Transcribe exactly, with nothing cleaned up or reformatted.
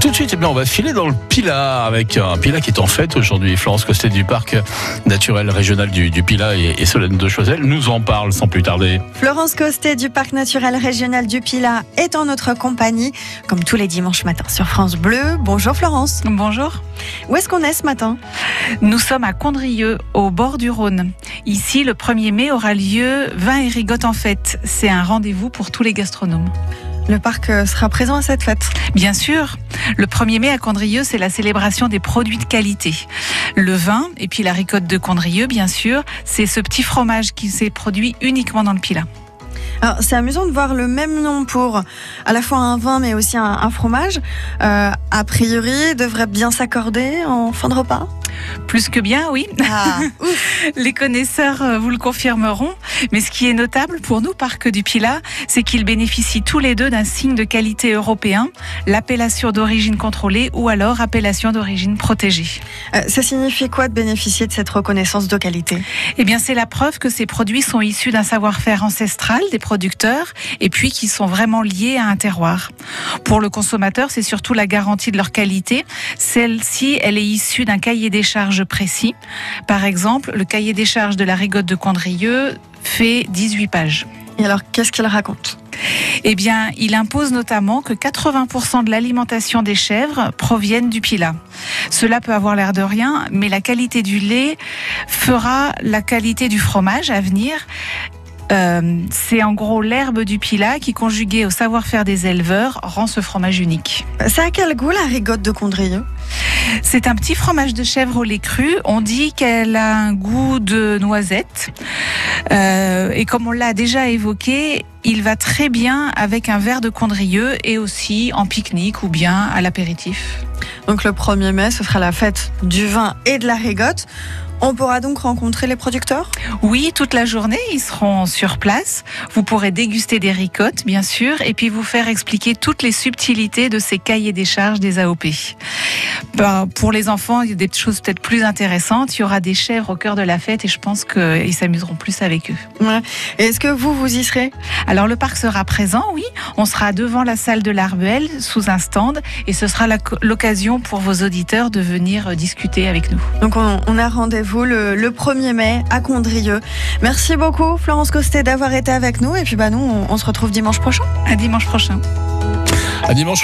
tout de suite, eh bien, on va filer dans le Pilat avec un Pilat qui est en fête aujourd'hui. Florence Costet du parc naturel régional du, du Pilat et, et Solène de Choiseul nous en parle sans plus tarder. Florence Costet du parc naturel régional du Pilat est en notre compagnie, comme tous les dimanches matins sur France Bleu. Bonjour Florence. Bonjour. Où est-ce qu'on est ce matin ? Nous sommes à Condrieu, au bord du Rhône. Ici, le premier mai aura lieu Vin et Rigotte en fête. C'est un rendez-vous pour tous les gastronomes. Le parc sera présent à cette fête ? Bien sûr. Le premier mai à Condrieu, c'est la célébration des produits de qualité. Le vin et puis la ricotte de Condrieu, bien sûr, c'est ce petit fromage qui s'est produit uniquement dans le Pilat. Alors, c'est amusant de voir le même nom pour à la fois un vin mais aussi un, un fromage. Euh, a priori, devrait bien s'accorder en fin de repas ? Plus que bien, oui. Ah, ouf. Les connaisseurs vous le confirmeront. Mais ce qui est notable pour nous, Parc du Pilat, c'est qu'ils bénéficient tous les deux d'un signe de qualité européen, l'appellation d'origine contrôlée ou alors appellation d'origine protégée. Euh, ça signifie quoi de bénéficier de cette reconnaissance de qualité ? Eh bien, c'est la preuve que ces produits sont issus d'un savoir-faire ancestral des producteurs et puis qui sont vraiment liés à un terroir. Pour le consommateur, c'est surtout la garantie de leur qualité. Celle-ci, elle est issue d'un cahier des charges précis. Par exemple, le cahier des charges de la rigotte de Condrieu fait dix-huit pages. Et alors, qu'est-ce qu'il raconte ? Eh bien, il impose notamment que quatre-vingts pour cent de l'alimentation des chèvres proviennent du Pilat. Cela peut avoir l'air de rien, mais la qualité du lait fera la qualité du fromage à venir. Euh, c'est en gros l'herbe du Pilat qui, conjuguée au savoir-faire des éleveurs, rend ce fromage unique. Ça a quel goût la rigotte de Condrieu ? C'est un petit fromage de chèvre au lait cru. On dit qu'elle a un goût de noisette. Euh, et comme on l'a déjà évoqué, il va très bien avec un verre de Condrieu et aussi en pique-nique ou bien à l'apéritif. Donc le premier mai, ce sera la fête du vin et de la rigotte. On pourra donc rencontrer les producteurs ? Oui, toute la journée, ils seront sur place. Vous pourrez déguster des ricottes, bien sûr, et puis vous faire expliquer toutes les subtilités de ces cahiers des charges des A O P. Ben, pour les enfants, il y a des choses peut-être plus intéressantes. Il y aura des chèvres au cœur de la fête et je pense qu'ils s'amuseront plus avec eux. Ouais. Et est-ce que vous, vous y serez ? Alors, le parc sera présent, oui. On sera devant la salle de l'Arbuel, sous un stand, et ce sera la, l'occasion pour vos auditeurs de venir discuter avec nous. Donc, on, on a rendez-vous Le, le premier mai à Condrieu. Merci beaucoup Florence Costet d'avoir été avec nous et puis bah nous on, on se retrouve dimanche prochain. À dimanche prochain. À dimanche.